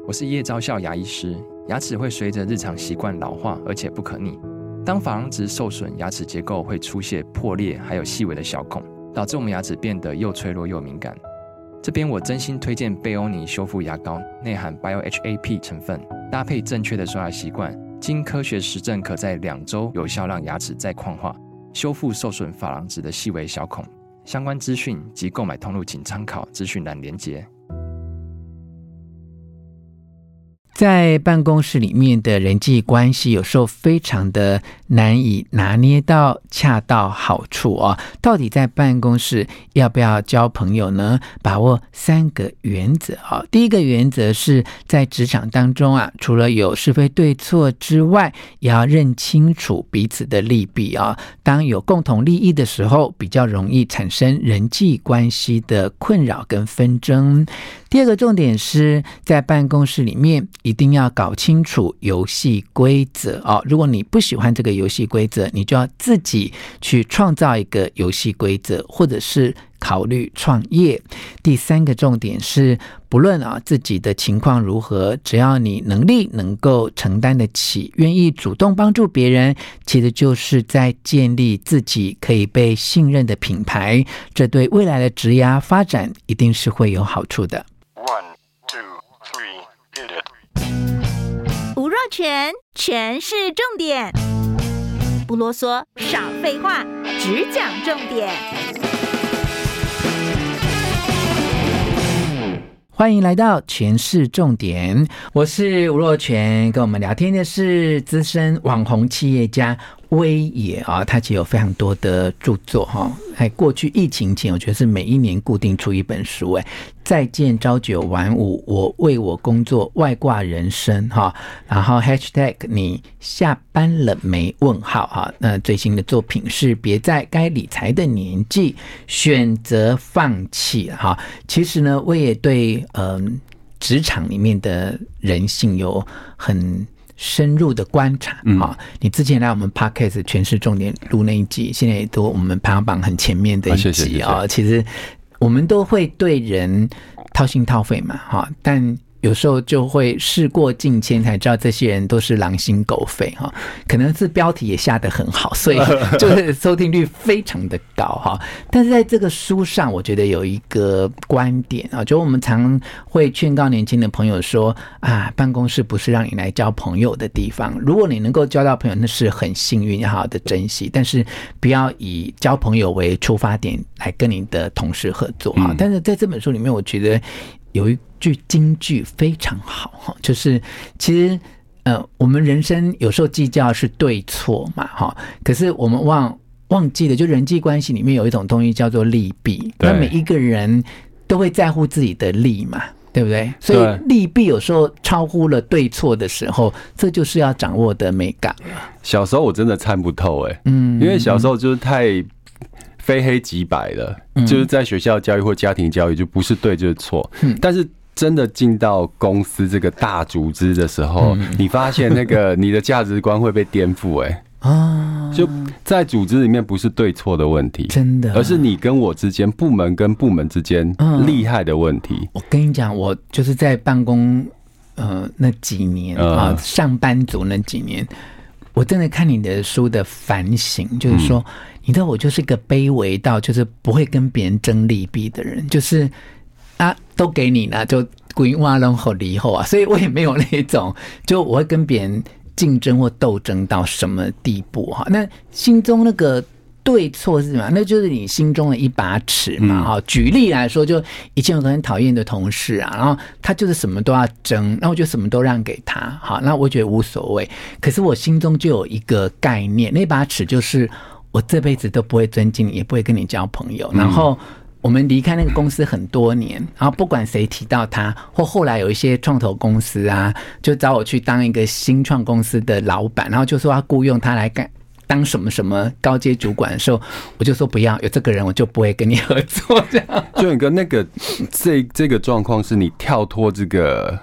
我是叶昭孝牙医师。牙齿会随着日常习惯老化，而且不可逆。当珐琅质受损，牙齿结构会出现破裂，还有细微的小孔，导致我们牙齿变得又脆弱又敏感。这边我真心推荐贝欧尼修复牙膏，内含 BioHAP 成分，搭配正确的刷牙习惯，经科学实证可在2周有效让牙齿再矿化，修复受损珐琅质的细微小孔。相关资讯及购买通路请参考资讯栏连结。 在办公室里面的人际关系有时候非常的难以拿捏到恰到好处哦。到底在办公室要不要交朋友呢？把握3个原则哦。第一个原则是在职场当中啊，除了有是非对错之外，也要认清楚彼此的利弊啊。当有共同利益的时候，比较容易产生人际关系的困扰跟纷争。第二个重点是在办公室里面一定要搞清楚游戏规则哦。如果你不喜欢这个游戏规则，你就要自己去创造一个游戏规则，或者是考虑创业。第3个重点是，不论自己的情况如何，只要你能力能够承担得起，愿意主动帮助别人，其实就是在建立自己可以被信任的品牌，这对未来的职涯发展一定是会有好处的。 吴若权，权是重点，不啰嗦，少废话，只讲重点。 欢迎来到权式重点，我是吴若权，跟我们聊天的是资深网红企业家威爷啊，他其实有非常多的著作哈。在过去疫情前，我觉得是每一年固定出一本书，再见朝九晚五，我为我工作，外挂人生哈。然后 hashtag 你下班了没？问号哈。那最新的作品是别在该理财的年纪选择放弃哈。其实呢，威爷对职场里面的人性有很深入的观察你之前来我们 Podcast 全是重点录那一集，现在也都我们排行榜很前面的一集谢谢其实我们都会对人掏心掏肺嘛但有时候就会事过境迁才知道这些人都是狼心狗肺可能是标题也下得很好，所以就是收听率非常的高但是在这个书上我觉得有一个观点就我们常会劝告年轻的朋友说办公室不是让你来交朋友的地方，如果你能够交到朋友那是很幸运，要好好的珍惜，但是不要以交朋友为出发点来跟你的同事合作但是在这本书里面我觉得有一句金句非常好，就是其实我们人生有时候计较是对错嘛可是我们忘记了，就人际关系里面有一种东西叫做利弊，那每一个人都会在乎自己的利嘛，对不对？所以利弊有时候超乎了对错的时候，这就是要掌握的美感了。 小时候我真的参不透因为小时候就是太非黑即白了，就是在学校教育或家庭教育就不是对就是错，但是真的进到公司这个大组织的时候，你发现那个你的价值观会被颠覆就在组织里面不是对错的问题，真的，而是你跟我之间，部门跟部门之间利害的问题。 我跟你讲，我就是在办公那几年上班族那几年，我真的看你的书的反省，就是说你知道我就是一个卑微到就是不会跟别人争利弊的人，就是都给你了就规划然后离后所以我也没有那种就我会跟别人竞争或斗争到什么地步那心中那个对错是什么？那就是你心中的一把尺嘛举例来说，就以前有个很讨厌的同事然后他就是什么都要争，那我就什么都让给他那我觉得无所谓，可是我心中就有一个概念，那把尺就是我这辈子都不会尊敬你，也不会跟你交朋友然后我们离开那个公司很多年，然后不管谁提到他，或后来有一些创投公司就找我去当一个新创公司的老板，然后就说要雇佣他来当什么什么高阶主管的时候，我就说不要，有这个人我就不会跟你合作这样。 就一个那个这个状况是你跳脱这个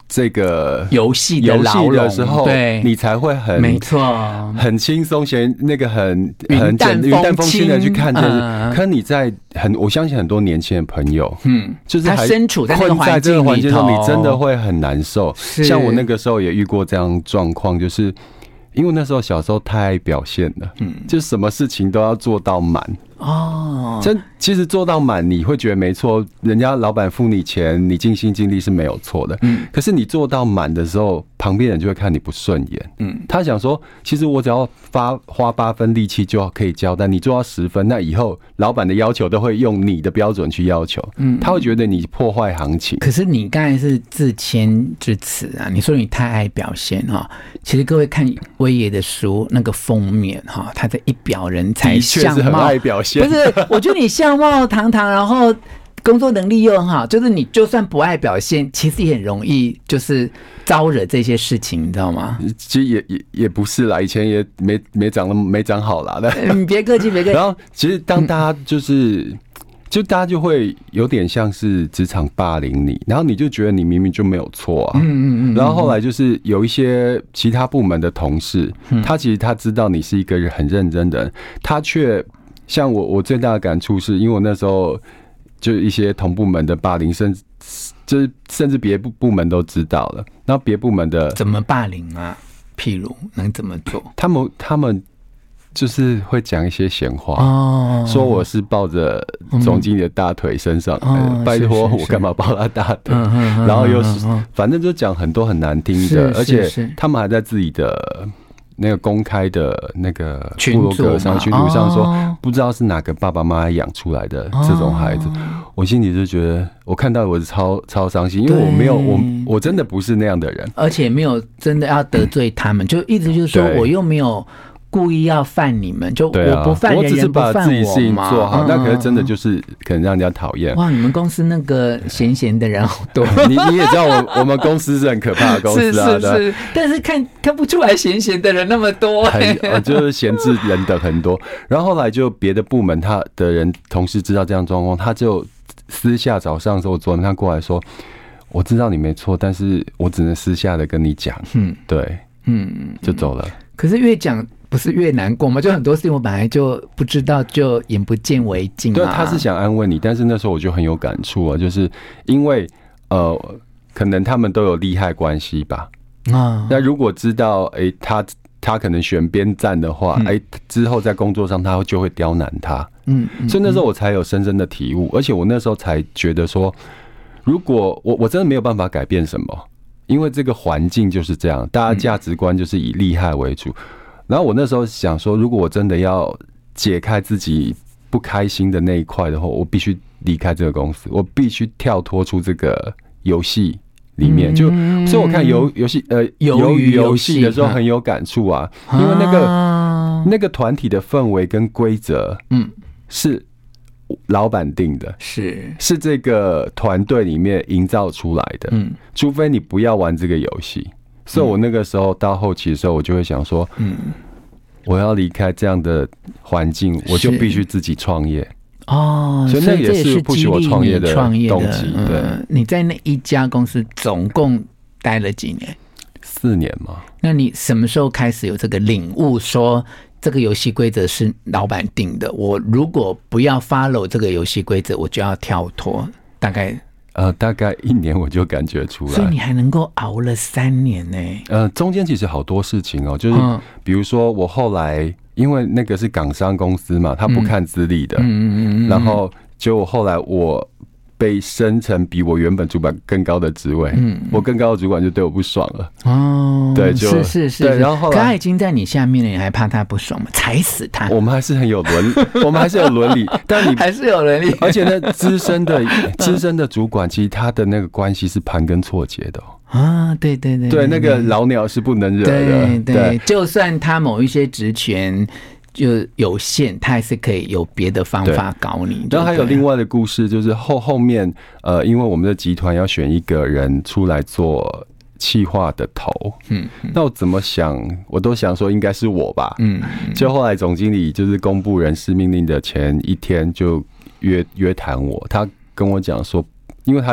这个游戏的时候， 对， 你才会没错， 很轻松，那个很云淡风轻的去看这个。可你在我相信很多年轻的朋友，就是他身处在那个环境里头，你真的会很难受。像我那个时候也遇过这样状况，就是因为那时候小时候太爱表现了，就什么事情都要做到满。其实做到满你会觉得没错，人家老板付你钱，你尽心尽力是没有错的。可是你做到满的时候，旁边人就会看你不顺眼。他想说，其实我只要花8分力气就可以交单，你做到10分，那以后老板的要求都会用你的标准去要求。他会觉得你破坏行情。 可是你刚才是自谦之词啊，你说你太爱表现哈。其实各位看威爷的书那个封面哈，他的一表人才，相貌是很爱表现。 不是，我觉得你相貌堂堂，然后工作能力又很好，就是你就算不爱表现，其实也很容易就是招惹这些事情，你知道吗？ 其实也不是啦，以前也没长好啦。 你别客气，别客气。 然后其实当大家就大家就会有点像是职场霸凌你，然后你就觉得你明明就没有错啊。然后后来就是有一些其他部门的同事，他其实他知道你是一个很认真的人，他却像我最大的感触是因为我那时候就一些同部门的霸凌，甚至别部门都知道了，然后别部门的怎么霸凌啊？譬如能怎么做？ 他们就是会讲一些闲话，说我是抱着总经理的大腿身上来的，拜托我干嘛抱他大腿？然后又是反正就讲很多很难听的，而且他们还在自己的那个公开的那个部落格上、群组上说，不知道是哪个爸爸妈妈养出来的这种孩子，我心里就觉得，我看到我是超伤心，因为我真的不是那样的人， 而且没有真的要得罪他们，就一直就是说我又没有故意要犯你们，就我不犯人， 我只是把自己事情做好，那可是真的就是可能让人家讨厌。 哇，你们公司那个闲的人好多， 你也知道我们公司是很可怕的公司啊， 是，但是看不出来闲的人那么多， 就是闲置人的很多。然后后来就别的部门他的人同事知道这样状况，他就私下早上的时候昨天他过来说，我知道你没错，但是我只能私下的跟你讲，对，就走了。 可是越讲不是越难过吗？就很多事情我本来就不知道，就眼不见为净。 对，他是想安慰你，但是那时候我就很有感触啊，就是因为可能他们都有利害关系吧。那如果知道他可能选边站的话，之后在工作上他就会刁难他。所以那时候我才有深深的体悟，而且我那时候才觉得说，如果我真的没有办法改变什么，因为这个环境就是这样，大家价值观就是以利害为主。然后我那时候想说，如果我真的要解开自己不开心的那一块的话，我必须离开这个公司，我必须跳脱出这个游戏里面。所以我看鱿鱼游戏的时候很有感触啊，因为那个团体的氛围跟规则，是老板定的，是这个团队里面营造出来的，除非你不要玩这个游戏。所以我那个时候到后期的时候，我就会想说，我要离开这样的环境，我就必须自己创业。所以那也是不许我创业的动机。对， 你在那一家公司总共待了几年 ？4年嘛。 那你什么时候开始有这个领悟，说这个游戏规则是老板定的，我如果不要 follow 这个游戏规则，我就要跳脱？大概 1年我就感觉出来， 所以你还能够熬了3年呢。 中间其实好多事情哦，就是比如说我后来因为那个是港商公司嘛，他不看资历的，然后结果后来我被升成比我原本主管更高的职位，我更高的主管就对我不爽了。对， 是， 对，然后后来可他已经在你下面了，你还怕他不爽吗？踩死他！ 我们还是很有伦理，我们还是有伦理，但你还是有伦理。 而且那资深的主管，其实他的那个关系是盘根错节的对， 那个老鸟是不能惹的。 对，就算他某一些职权就有限，他还是可以有别的方法搞你。 然后还有另外的故事，就是后面因为我们的集团要选一个人出来做企划的头，那我怎么想，我都想说应该是我吧，就后来总经理就是公布人事命令的前一天就约谈我，他跟我讲说，因为他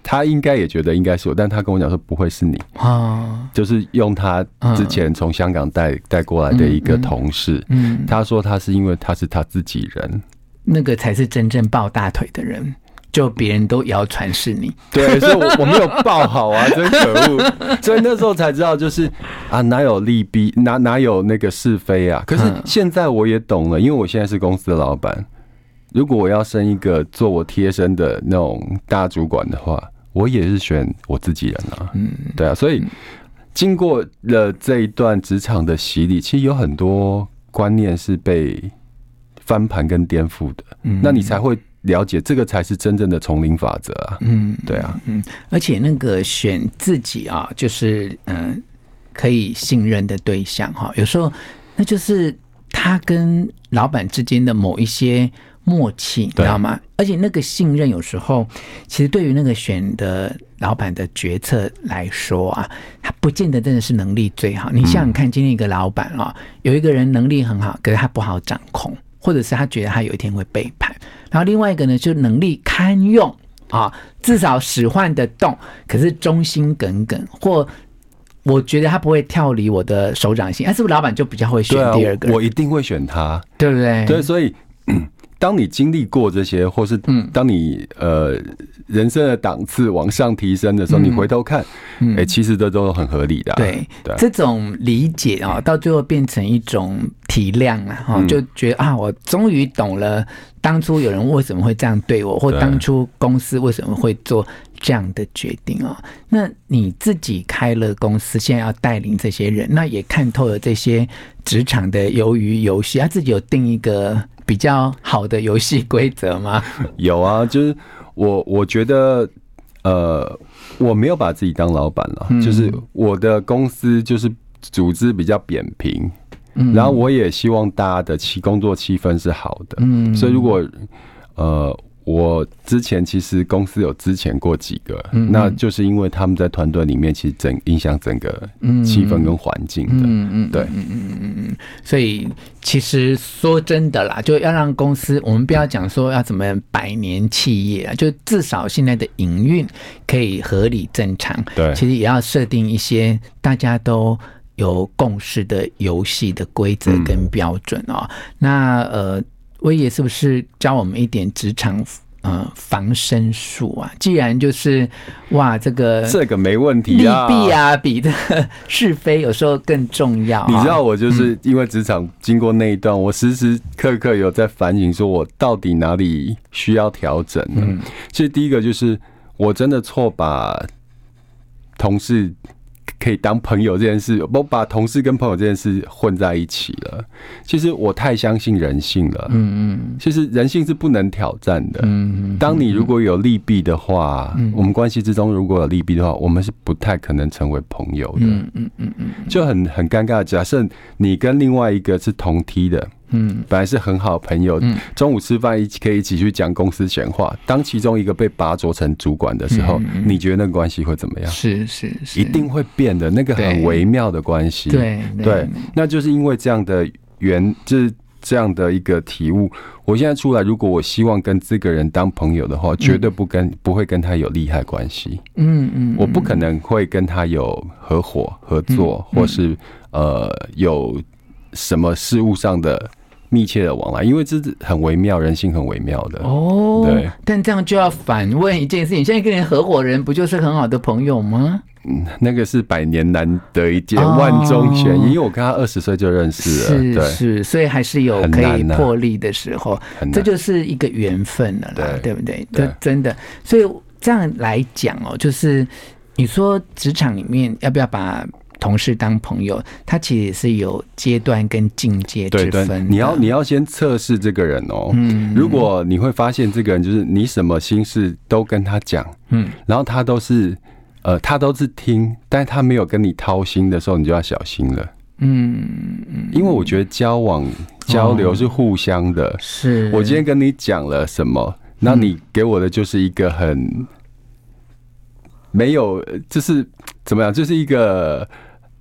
他应该也觉得应该是我，但他跟我讲说不会是你就是用他之前从香港带过来的一个同事，他说他是因为他是他自己人， 那个才是真正抱大腿的人。就别人都谣传是你， 对，所以我没有抱好啊，真可恶！所以那时候才知道，就是啊，哪有利弊，哪有那个是非啊？可是现在我也懂了，因为我现在是公司的老板，如果我要升一个做我贴身的那种大主管的话，我也是选我自己人啊。对啊，所以经过了这一段职场的洗礼，其实有很多观念是被翻盘跟颠覆的，那你才会了解这个才是真正的丛林法则啊。对啊， 而且那个选自己啊，就是可以信任的对象哈，有时候那就是他跟老板之间的某一些默契，你知道吗？而且那个信任有时候其实对于那个选的老板的决策来说啊，他不见得真的是能力最好。你想想看，今天一个老板啊，有一个人能力很好，可是他不好掌控，或者是他觉得他有一天会背叛，然后另外一个呢，就能力堪用啊，至少使唤得动，可是忠心耿耿，或我觉得他不会跳离我的手掌心，是不是老板就比较会选第二个人？ 我一定会选他， 对不对？ 对，所以当你经历过这些，或是当你人生的档次往上提升的时候，你回头看，其实这都很合理的。 对，这种理解啊，到最后变成一种体谅啊，就觉得啊，我终于懂了当初有人为什么会这样对我，或当初公司为什么会做这样的决定啊。那你自己开了公司，现在要带领这些人，那也看透了这些职场的鱿鱼游戏，他自己有定一个比较好的游戏规则吗？ 有啊，就是我觉得我没有把自己当老板了，就是我的公司就是组织比较扁平，然后我也希望大家的工作气氛是好的，所以如果我之前其实公司有之前过几个，那就是因为他们在团队里面其实影响整个气氛跟环境的，对， 所以其实说真的啦，就要让公司，我们不要讲说要怎么百年企业啊，就至少现在的营运可以合理正常，对，其实也要设定一些大家都有共识的游戏的规则跟标准哦。那威爷是不是教我们一点职场防身术啊？既然就是哇，这个没问题啊， 利弊啊，比这个是非有时候更重要。 你知道我就是因为职场经过那一段，我时时刻刻有在反省，说我到底哪里需要调整呢？其实第一个就是我真的错把同事可以当朋友这件事，我把同事跟朋友这件事混在一起了。其实我太相信人性了，其实人性是不能挑战的。当你如果有利弊的话，我们关系之中如果有利弊的话，我们是不太可能成为朋友的。就很尴尬。假设你跟另外一个是同梯的，本来是很好的朋友，中午吃饭可以一起去讲公司闲话。当其中一个被拔擢成主管的时候，你觉得那个关系会怎么样？ 是， 一定会变的，那个很微妙的关系。对，那就是因为这样的就是这样的一个体悟。我现在出来，如果我希望跟这个人当朋友的话，绝对不会跟他有利害关系。我不可能会跟他有合伙合作，或是有什么事物上的密切的往来，因为这是很微妙，人性很微妙的。对。 但这样就要反问一件事情：现在跟你合伙人不就是很好的朋友吗？ 那个是百年难得一见，万中选一。因为我跟他20岁就认识了， 是，所以还是有可以破例的时候，这就是一个缘分了啦，对不对？真的。所以这样来讲哦，就是你说职场里面要不要把同事当朋友，他其实也是有阶段跟境界之分的。 你要先测试这个人哦。如果你会发现这个人就是你什么心事都跟他讲，然后他都是听，但他没有跟你掏心的时候，你就要小心了。因为我觉得交流是互相的。 是我今天跟你讲了什么，那你给我的就是一个很没有，就是怎么样，就是一个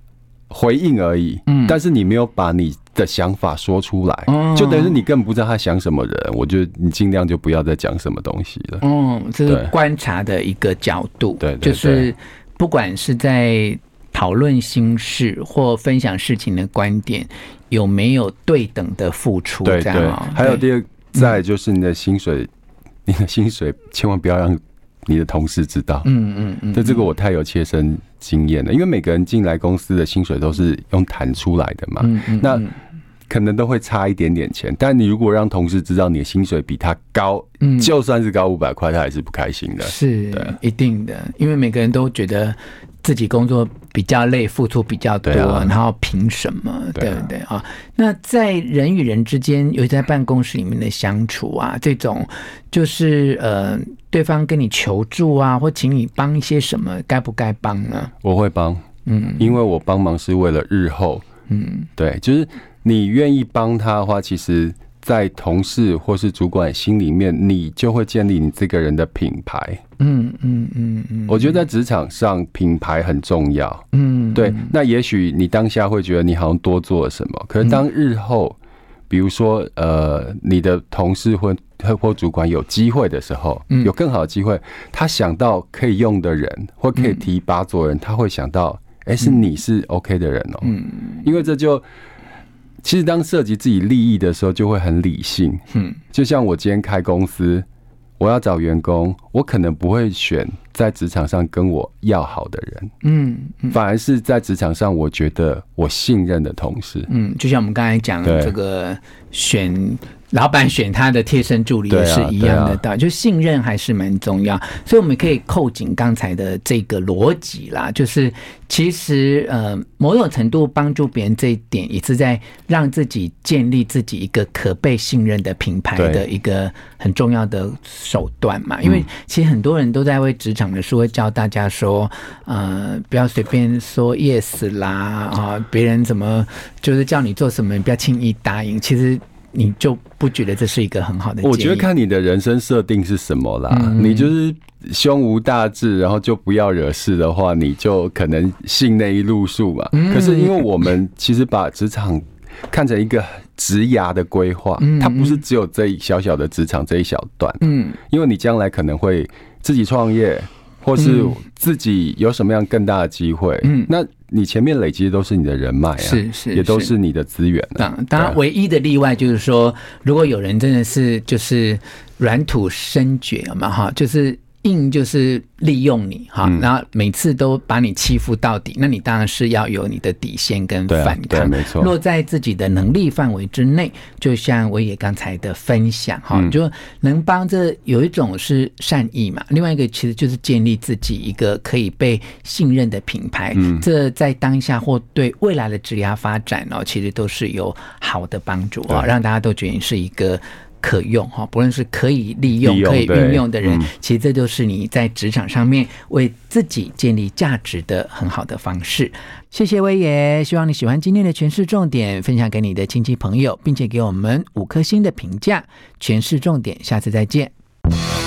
回应而已，但是你没有把你的想法说出来，就等于是你根本不知道他想什么人。我觉得你尽量就不要再讲什么东西了。 这是观察的一个角度，对，就是不管是在讨论心事或分享事情的观点，有没有对等的付出？对对。 还有第二，再来就是你的薪水，你的薪水千万不要让你的同事知道。对，这个我太有切身经验了，因为每个人进来公司的薪水都是用谈出来的嘛，那可能都会差一点点钱，但你如果让同事知道你的薪水比他高，就算是高500块，他还是不开心的。是，一定的，因为每个人都觉得自己工作比较累，付出比较多，然后凭什么？对不对啊？那在人与人之间，尤其在办公室里面的相处啊，这种就是对方跟你求助啊，或请你帮一些什么，该不该帮呢？ 我会帮，因为我帮忙是为了日后，对，就是你愿意帮他的话，其实在同事或是主管心里面，你就会建立你这个人的品牌。我觉得在职场上品牌很重要。对。那也许你当下会觉得你好像多做了什么，可是当日后，比如说你的同事或主管有机会的时候，有更好的机会，他想到可以用的人或可以提拔做人，他会想到，是你是 OK 的人哦。因为这就。其实当涉及自己利益的时候，就会很理性。就像我今天开公司，我要找员工，我可能不会选在职场上跟我要好的人，反而是在职场上我觉得我信任的同事。 就像我们刚才讲这个老板选他的贴身助理也是一样的道理，就信任还是蛮重要，所以我们可以扣紧刚才的这个逻辑啦，就是其实某种程度帮助别人这一点，也是在让自己建立自己一个可被信任的品牌的一个很重要的手段嘛。因为其实很多人都在为职场的书会教大家说，不要随便说 yes 啦，别人怎么就是叫你做什么，你不要轻易答应。其实你就不觉得这是一个很好的建议？ 我觉得看你的人生设定是什么啦。你就是胸无大志，然后就不要惹事的话，你就可能信那一路数嘛。可是因为我们其实把职场看成一个职涯的规划，它不是只有这一小小的职场这一小段。因为你将来可能会自己创业，或是自己有什么样更大的机会，那你前面累积的都是你的人脉啊，也都是你的资源啊。 当然，唯一的例外就是说，如果有人真的是就是软土深掘嘛，哈，就是硬就是利用你哈，然后每次都把你欺负到底，那你当然是要有你的底线跟反抗。没错。落在自己的能力范围之内，就像我也刚才的分享哈，就能帮着有一种是善意嘛，另外一个其实就是建立自己一个可以被信任的品牌，这在当下或对未来的职业发展哦，其实都是有好的帮助啊，让大家都觉得你是一个可用，不论是可以利用可以运用的人，其实这就是你在职场上面为自己建立价值的很好的方式。谢谢威爷，希望你喜欢今天的诠释重点，分享给你的亲戚朋友，并且给我们5颗星的评价。诠释重点，下次再见。